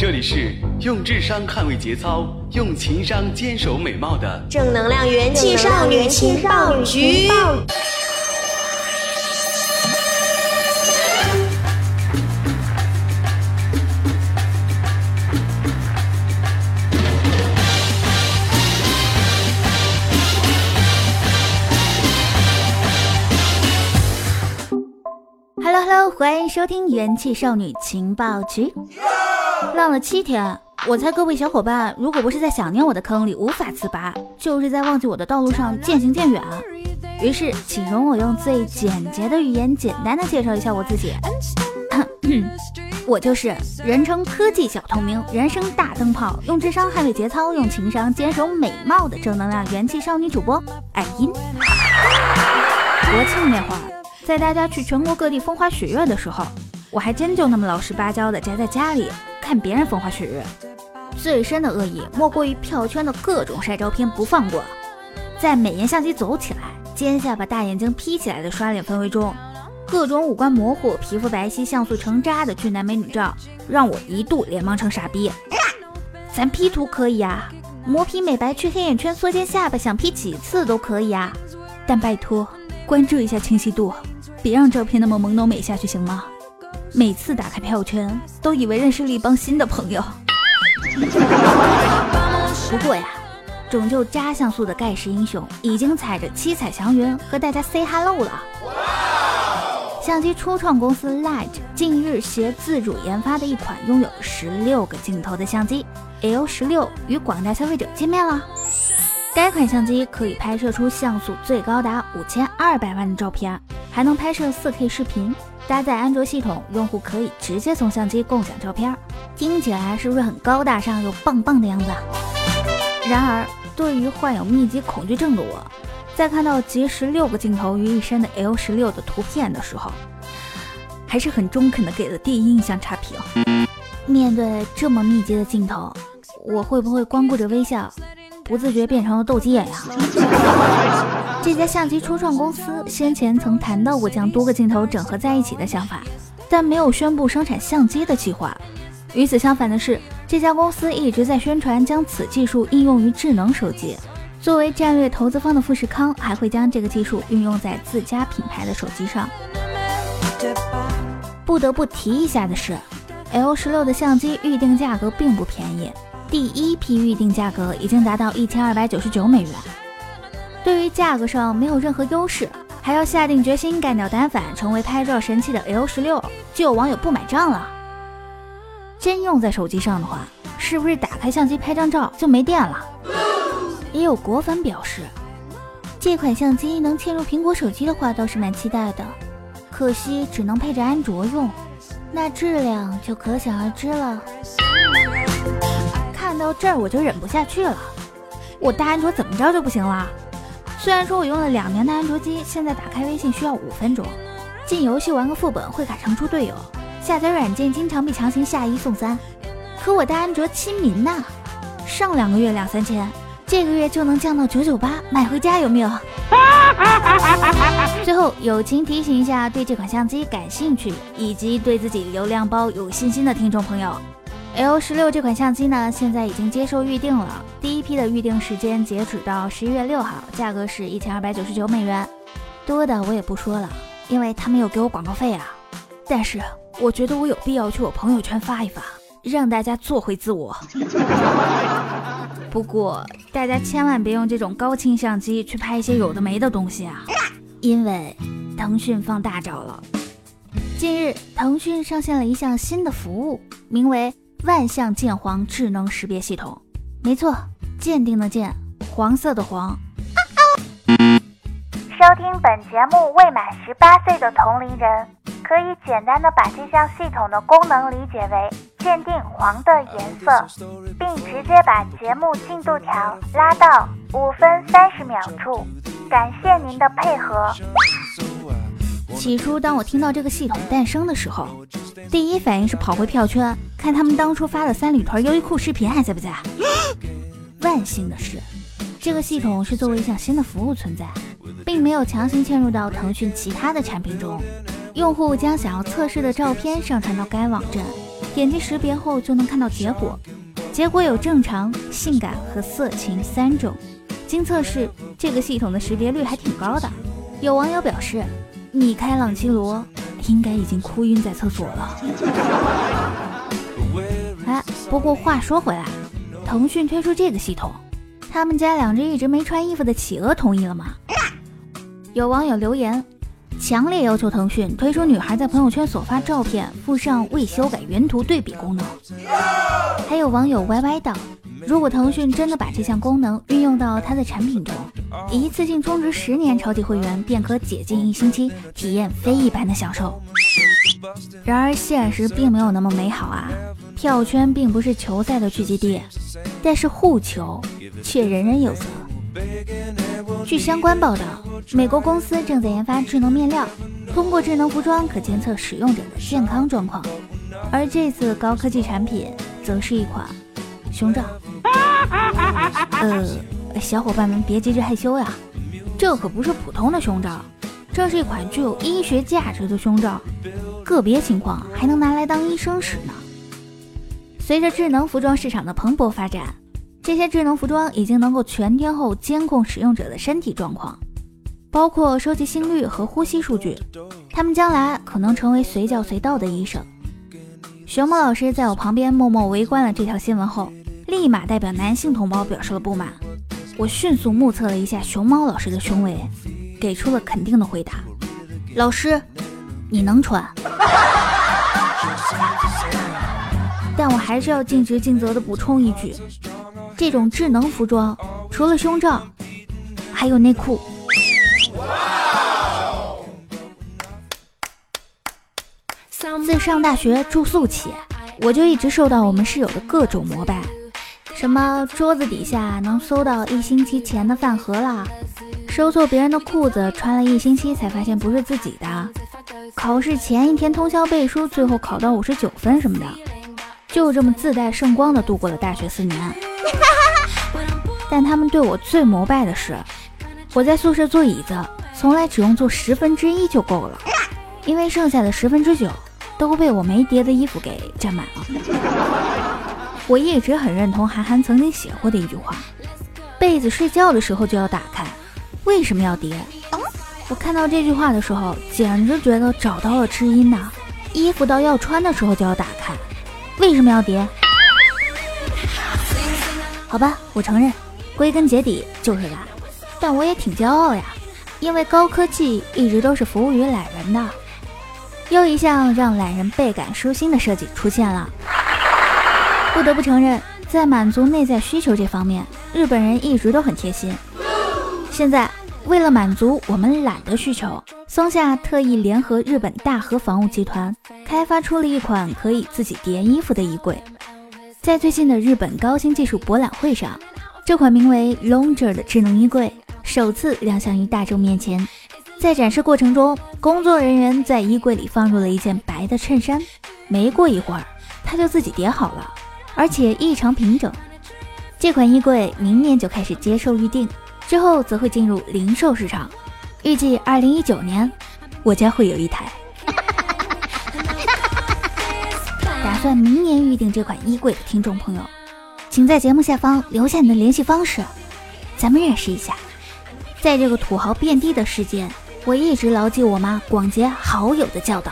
这里是用智商捍卫节操，用情商坚守美貌的正能量元气少女情报局。 Hello， 欢迎收听元气少女情报局。浪了7天，我猜各位小伙伴，如果不是在想念我的坑里无法自拔，就是在忘记我的道路上渐行渐远。于是，请容我用最简洁的语言，简单的介绍一下我自己。我就是人称科技小透明，人生大灯泡，用智商捍卫节操，用情商坚守美貌的正能量元气少女主播艾音。国庆那会儿，在大家去全国各地风花雪月的时候，我还真就那么老实巴交的宅在家里看别人风花雪月。最深的恶意莫过于票圈的各种晒照片不放过，在美颜相机走起来，尖下巴大眼睛 P 起来的刷脸氛围中，各种五官模糊皮肤白皙像素成渣的俊男美女照让我一度脸盲成傻逼。咱 P 图可以啊，磨皮美白去黑眼圈缩尖下巴想 P 几次都可以啊，但拜托关注一下清晰度，别让照片那么朦胧美下去行吗？每次打开票圈都以为认识了一帮新的朋友。不过呀，拯救渣像素的盖世英雄已经踩着七彩祥云和大家 say hello 了。相机初创公司 Light 近日携自主研发的一款拥有16个镜头的相机 L16 与广大消费者见面了。该款相机可以拍摄出像素最高达5200万的照片，还能拍摄 4K 视频。搭载安卓系统，用户可以直接从相机共享照片，听起来是不是很高大上又棒棒的样子？然而，对于患有密集恐惧症的我，在看到集16个镜头于一身的 L16 的图片的时候，还是很中肯的给了第一印象差评。面对这么密集的镜头，我会不会光顾着微笑，不自觉变成了斗鸡眼呀？这家相机初创公司先前曾谈到过将多个镜头整合在一起的想法，但没有宣布生产相机的计划。与此相反的是，这家公司一直在宣传将此技术应用于智能手机。作为战略投资方的富士康还会将这个技术运用在自家品牌的手机上。不得不提一下的是， L16 的相机预定价格并不便宜，第一批预定价格已经达到1299美元。对于价格上没有任何优势，还要下定决心干掉单反成为拍照神器的 L16， 就有网友不买账了。真用在手机上的话，是不是打开相机拍张照就没电了？也有果粉表示，这款相机能嵌入苹果手机的话倒是蛮期待的，可惜只能配着安卓用，那质量就可想而知了。看到这儿我就忍不下去了，我大安卓怎么着就不行了？虽然说我用了2年的安卓机，现在打开微信需要5分钟，进游戏玩个副本会卡成出队友，下载软件经常被强行下1送3，可我的安卓亲民呐，上2个月2、3千，这个月就能降到998，买回家有没有？最后友情提醒一下对这款相机感兴趣以及对自己流量包有信心的听众朋友， L16 这款相机呢，现在已经接受预定了，第一批的预定时间截止到11月6号，价格是1299美元。多的我也不说了，因为他没有给我广告费啊。但是我觉得我有必要去我朋友圈发一发，让大家做回自我。不过大家千万别用这种高清相机去拍一些有的没的东西啊，因为腾讯放大招了。近日腾讯上线了一项新的服务，名为万象鉴黄智能识别系统。没错，鉴定的鉴，黄色的黄。 收听本节目未满18岁的同龄人可以简单的把这项系统的功能理解为鉴定黄的颜色，并直接把节目进度条拉到5分30秒处。感谢您的配合。 起初当我听到这个系统诞生的时候，第一反应是跑回票圈看他们当初发的3里屯优衣库视频还在不在。万幸的是，这个系统是作为一项新的服务存在，并没有强行嵌入到腾讯其他的产品中。用户将想要测试的照片上传到该网站， 点击识别后就能看到结果。结果有正常、性感和色情3种。经测试，这个系统的识别率还挺高的。有网友表示，米开朗基罗应该已经哭晕在厕所了。不过话说回来，腾讯推出这个系统，他们家2只一直没穿衣服的企鹅同意了吗？有网友留言，强烈要求腾讯推出女孩在朋友圈所发照片附上未修改原图对比功能。还有网友歪歪道，如果腾讯真的把这项功能运用到它的产品中，一次性充值10年超级会员便可解禁1星期，体验非一般的享受。然而现实并没有那么美好啊，票圈并不是球赛的聚集地，但是护球却人人有责。据相关报道，美国公司正在研发智能面料，通过智能服装可监测使用者的健康状况，而这次高科技产品则是一款胸罩。小伙伴们别急着害羞呀，这可不是普通的胸罩，这是一款具有医学价值的胸罩，个别情况还能拿来当医生使呢。随着智能服装市场的蓬勃发展，这些智能服装已经能够全天候监控使用者的身体状况，包括收集心率和呼吸数据，他们将来可能成为随叫随到的医生。熊猫老师在我旁边默默围观了这条新闻后，立马代表男性同胞表示了不满。我迅速目测了一下熊猫老师的胸围，给出了肯定的回答：老师，你能穿。但我还是要尽职尽责地补充一句，这种智能服装除了胸罩还有内裤。自上大学住宿起，我就一直受到我们室友的各种膜拜，什么桌子底下能搜到1星期前的饭盒啦，收错别人的裤子穿了1星期才发现不是自己的，考试前1天通宵背书最后考到59分什么的，就这么自带圣光的度过了大学4年。但他们对我最膜拜的是，我在宿舍坐椅子从来只用坐1/10就够了，因为剩下的9%都被我没叠的衣服给占满了。我一直很认同韩寒曾经写过的一句话，被子睡觉的时候就要打开，为什么要叠？我看到这句话的时候简直觉得找到了知音呐，衣服到要穿的时候就要打开，为什么要叠？好吧，我承认归根结底就是懒，但我也挺骄傲呀，因为高科技一直都是服务于懒人的。又一项让懒人倍感舒心的设计出现了。不得不承认，在满足内在需求这方面，日本人一直都很贴心。现在为了满足我们懒的需求，松下特意联合日本大和房屋集团开发出了一款可以自己叠衣服的衣柜。在最近的日本高新技术博览会上，这款名为 Longer 的智能衣柜首次亮相于大众面前。在展示过程中，工作人员在衣柜里放入了一件白的衬衫，没过一会儿它就自己叠好了，而且异常平整。这款衣柜明年就开始接受预定，之后则会进入零售市场，预计2019年我家会有一台。打算明年预定这款衣柜的听众朋友，请在节目下方留下你的联系方式，咱们认识一下。在这个土豪遍地的世界，我一直牢记我妈广结好友的教导。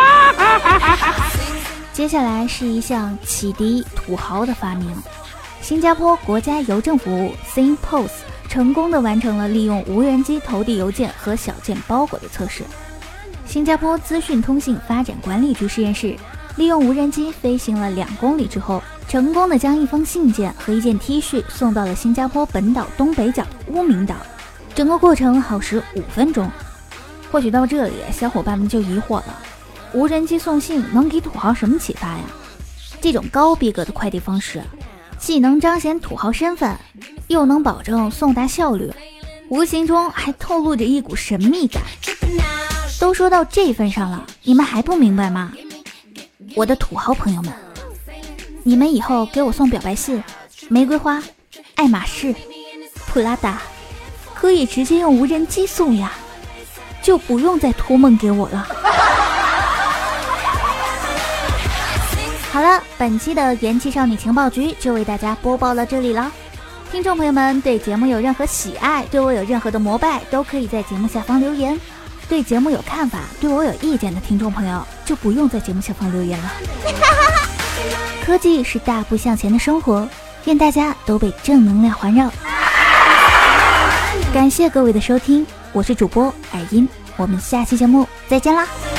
接下来是一项启迪土豪的发明。新加坡国家邮政服务 SingPost 成功地完成了利用无人机投递邮件和小件包裹的测试。新加坡资讯通信发展管理局实验室利用无人机飞行了2公里之后，成功地将一封信件和一件 T 恤送到了新加坡本岛东北角的乌名岛，整个过程耗时5分钟。或许到这里小伙伴们就疑惑了，无人机送信能给土豪什么启发呀？这种高逼格的快递方式既能彰显土豪身份，又能保证送达效率，无形中还透露着一股神秘感。都说到这份上了，你们还不明白吗？我的土豪朋友们，你们以后给我送表白信、玫瑰花、爱马仕、普拉达，可以直接用无人机送呀，就不用再托梦给我了。好了， 本期的元气少女情报局就为大家播报到这里了。听众朋友们对节目有任何喜爱，对我有任何的膜拜，都可以在节目下方留言。对节目有看法，对我有意见的听众朋友就不用在节目下方留言了。科技是大步向前的生活，愿大家都被正能量环绕。感谢各位的收听，我是主播尔音，我们下期节目再见啦。